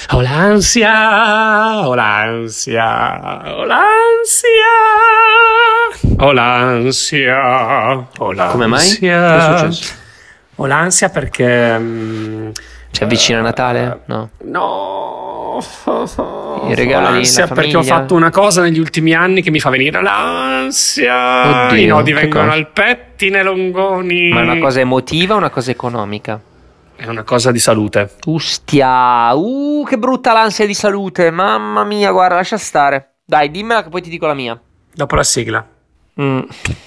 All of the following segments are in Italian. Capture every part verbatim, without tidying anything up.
Ho l'ansia, ho l'ansia, ho l'ansia, ho l'ansia, ho l'ansia. Come mai? Che è successo? Ho l'ansia perché... Um, si avvicina Natale? No. No. I regali, ho l'ansia perché ho fatto una cosa negli ultimi anni che mi fa venire l'ansia. Oddio, i nodi vengono al pettine longoni. Ma è una cosa emotiva o una cosa economica? È una cosa di salute. Ustia, uh, che brutta l'ansia di salute. Mamma mia, guarda, lascia stare. Dai, dimmela che poi ti dico la mia. Dopo la sigla. Mm.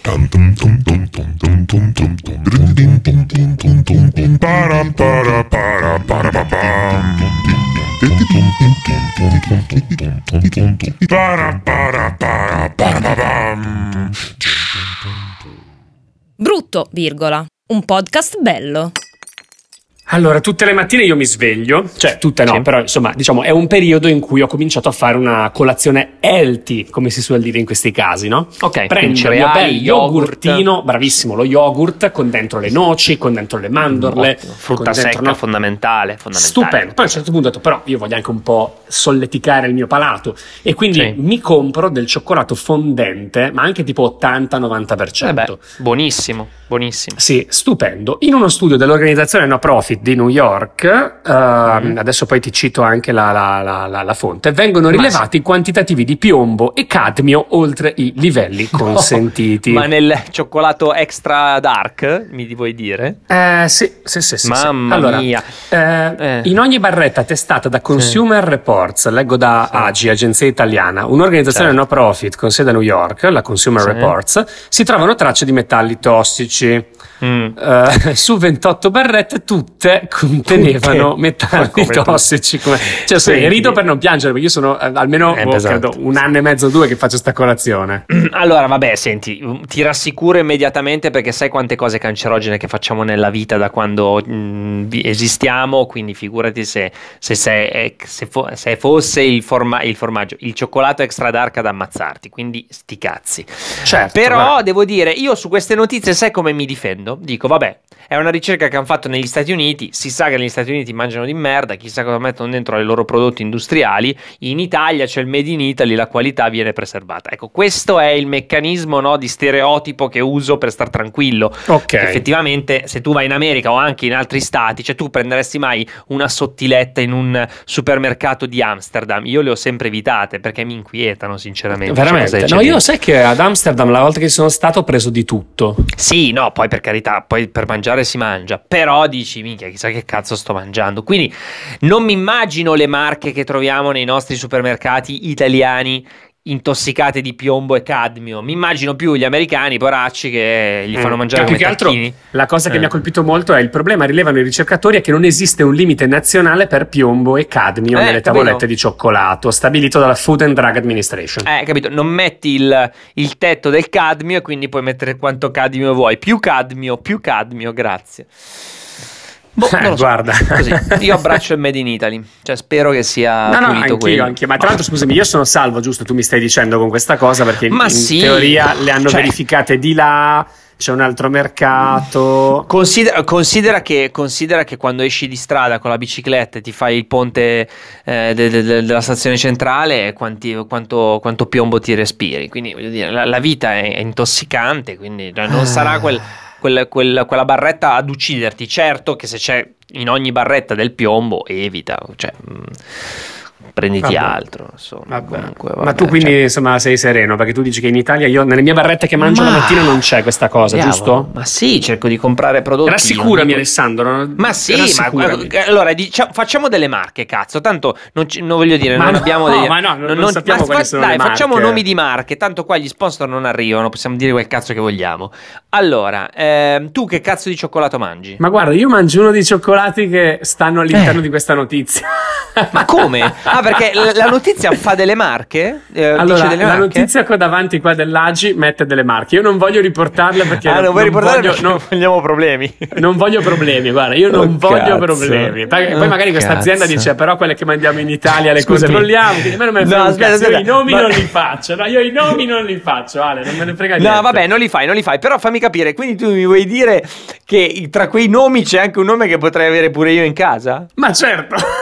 Brutto, virgola. Un podcast bello. Allora, tutte le mattine io mi sveglio, cioè tutte no, sì. Però insomma, diciamo, è un periodo in cui ho cominciato a fare una colazione healthy, come si suol dire in questi casi, no? Ok, prendo il mio bel yogurtino, bravissimo, lo yogurt, con dentro le noci, con dentro le mandorle. Ottimo. Frutta dentro, secca, no? fondamentale, fondamentale. Stupendo. Poi a un certo punto ho detto, però io voglio anche un po' solleticare il mio palato e quindi sì. mi compro del cioccolato fondente, ma anche tipo ottanta novanta per cento. Eh beh, buonissimo, buonissimo. Sì, stupendo. In uno studio dell'organizzazione No Profit di New York, uh, mm. adesso poi ti cito anche la, la, la, la, la fonte, vengono rilevati sì. quantitativi di piombo e cadmio oltre i livelli no, consentiti. Ma nel cioccolato extra dark, mi vuoi dire? Eh, sì, sì, sì, sì. Mamma sì. Allora, mia. Eh, eh. In ogni barretta testata da Consumer sì. Reports, leggo da sì. A G I, Agenzia Italiana, un'organizzazione certo. no profit con sede a New York, la Consumer sì. Reports, si trovano tracce di metalli tossici. Mm. Uh, su ventotto barrette tutte contenevano tutte. metalli come tossici come... cioè sì, rido per non piangere perché io sono uh, almeno eh, oh, credo, un anno e mezzo due che faccio sta colazione. Allora vabbè, senti, ti rassicuro immediatamente perché sai quante cose cancerogene che facciamo nella vita da quando mh, esistiamo, quindi figurati se, se, se, se, fo- se fosse il, forma- il formaggio, il cioccolato extra dark ad ammazzarti, quindi sti cazzi. Certo, però guarda. Devo dire, io su queste notizie sai come mi difendo? Dico vabbè, è una ricerca che hanno fatto negli Stati Uniti, si sa che negli Stati Uniti mangiano di merda, chissà cosa mettono dentro ai loro prodotti industriali, in Italia c'è il made in Italy, la qualità viene preservata. Ecco, questo è il meccanismo, no, di stereotipo che uso per star tranquillo. Ok. Effettivamente se tu vai in America o anche in altri stati, cioè tu prenderesti mai una sottiletta in un supermercato di Amsterdam? Io le ho sempre evitate perché mi inquietano sinceramente. Veramente? Cioè, no, io sai che ad Amsterdam la volta che sono stato ho preso di tutto. Sì, no, poi per carità, poi per mangiare si mangia, però dici minchia chissà che cazzo sto mangiando, quindi non mi immagino le marche che troviamo nei nostri supermercati italiani intossicate di piombo e cadmio, mi immagino più gli americani poracci che gli fanno mangiare più come che altro tacchini. La cosa che eh. mi ha colpito molto è il problema, rilevano i ricercatori, è che non esiste un limite nazionale per piombo e cadmio eh, nelle capito. tavolette di cioccolato stabilito dalla Food and Drug Administration. Eh, capito, non metti il, il tetto del cadmio e quindi puoi mettere quanto cadmio vuoi, più cadmio, più cadmio, grazie. Boh, eh, non lo so. Guarda, così. Io abbraccio il Made in Italy, cioè spero che sia no, no, pulito anch'io, quello. anch'io. Ma tra l'altro scusami, io sono salvo, giusto? Tu mi stai dicendo con questa cosa perché Ma in sì, teoria le hanno cioè... verificate di là. C'è un altro mercato. Considera, considera, che, considera che quando esci di strada con la bicicletta e ti fai il ponte eh, de, de, de, della stazione centrale, quanti, quanto, quanto piombo ti respiri. Quindi voglio dire, la, la vita è, è intossicante, quindi non ah. sarà quel, quel, quel, quella barretta ad ucciderti. Certo che se c'è in ogni barretta del piombo, evita. Cioè, mh, prenditi vabbè. altro insomma, comunque, vabbè, ma tu quindi cioè... insomma sei sereno perché tu dici che in Italia io nelle mie barrette che mangio ma... la mattina non c'è questa cosa, Diavolo. giusto? Ma sì, cerco di comprare prodotti. Rassicurami dico... Alessandro. Ma sì, ma allora diciamo, facciamo delle marche, cazzo, tanto non, ci, non voglio dire, ma non no, abbiamo degli... ma no, non, non, non sappiamo ma quali fa... sono dai, le marche. Facciamo nomi di marche, tanto qua gli sponsor non arrivano, possiamo dire quel cazzo che vogliamo. Allora, ehm, tu che cazzo di cioccolato mangi? Ma guarda, io mangio uno dei cioccolati che stanno all'interno eh. di questa notizia. Ma come? Ah, perché la notizia fa delle marche? Eh, allora, dice delle la marche? notizia qua davanti qua dell'A G I mette delle marche. Io non voglio riportarle perché ah, non, non vuoi riportarle voglio, perché non, non vogliamo problemi. Non voglio problemi, guarda, io non oh, voglio cazzo. problemi. Poi, oh, poi magari questa cazzo. azienda dice però quelle che mandiamo in Italia le Scusami. cose trolliamo, quindi a me non me ne frega no, un aspetta, cazzo. aspetta. Io i nomi Ma... non li faccio, no, io i nomi non li faccio, Ale, non me ne frega niente. No, vabbè, non li fai, non li fai, però fammi capire, quindi tu mi vuoi dire che tra quei nomi c'è anche un nome che potrei avere pure io in casa? Ma certo.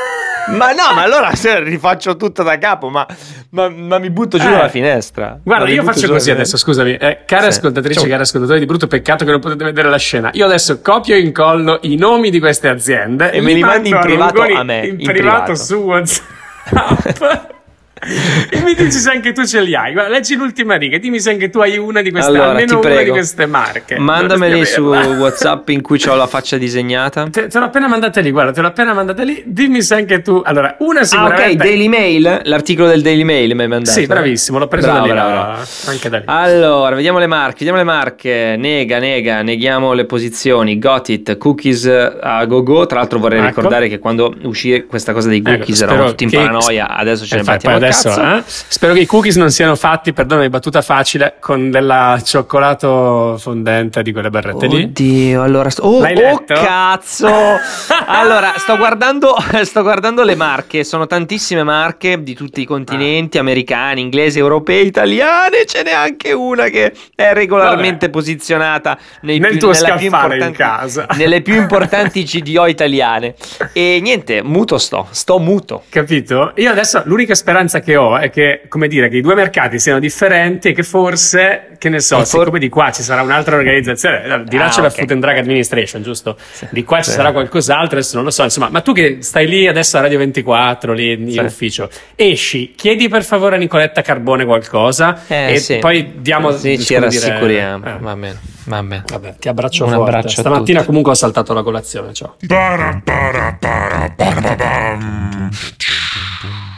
Ma no, ma allora se rifaccio tutto da capo, ma, ma, ma mi butto giù Eh. dalla finestra. Guarda, Ma io mi butto faccio giù così dalla adesso, scusami, eh, care Sì. ascoltatrici, Ciao. cari ascoltatori, di brutto peccato che non potete vedere la scena. Io adesso copio e incollo i nomi di queste aziende E me li mandi in mando privato Lungoni a me, in, in privato privato. su WhatsApp. E mi dici se anche tu ce li hai. Guarda, leggi l'ultima riga, dimmi se anche tu hai una di queste, Allora, almeno ti una prego, di queste marche. mandameli Dovresti su averla. WhatsApp in cui ho la faccia disegnata. Te, te l'ho appena mandate lì, guarda, te l'ho appena mandate lì. Dimmi se anche tu. Allora, una Ah, sicuramente. ok, Daily Mail, l'articolo del Daily Mail mi hai mandato. Sì, bravissimo, l'ho preso Bravo, da lì, bravo, la- bravo. anche da lì. Allora, vediamo le marche, vediamo le marche. Nega, nega, neghiamo le posizioni. Got it, cookies a go go. Tra l'altro vorrei Ecco. ricordare che quando uscì questa cosa dei Ecco, cookies spero eravamo tutti in che- paranoia, adesso ce Eh, ne fai- battiamo poi il adesso, cazzo. eh, spero che i cookies non siano fatti, perdonami, battuta facile, con della cioccolato fondente di quelle barrette lì. Oddio, allora sto... oh, L'hai oh, letto? cazzo. Allora, sto guardando sto guardando le marche, sono tantissime marche di tutti i continenti, americani, inglesi, europei, italiane, ce n'è anche una che è regolarmente Vabbè. posizionata nei Nel più, tuo nella più scaffale in importanti- casa. nelle più importanti C D O italiane. E niente, muto sto, sto muto. Capito? Io adesso l'unica speranza che ho è che, come dire, che i due mercati siano differenti e che forse, che ne so, E for- siccome di qua ci sarà un'altra organizzazione, di là Ah, c'è la ok. Food and Drug Administration, giusto? Di qua ci Sì. sarà qualcos'altro, adesso non lo so, insomma, ma tu che stai lì adesso a Radio ventiquattro, lì in Sì. ufficio, esci, chiedi per favore a Nicoletta Carbone qualcosa Eh, e sì. poi diamo... Sì, ci come dire, rassicuriamo. eh. Va bene, va bene. Vabbè, ti abbraccio Un forte. abbraccio a Stamattina tutti. comunque ho saltato la colazione, ciao. Para para para para ba bam.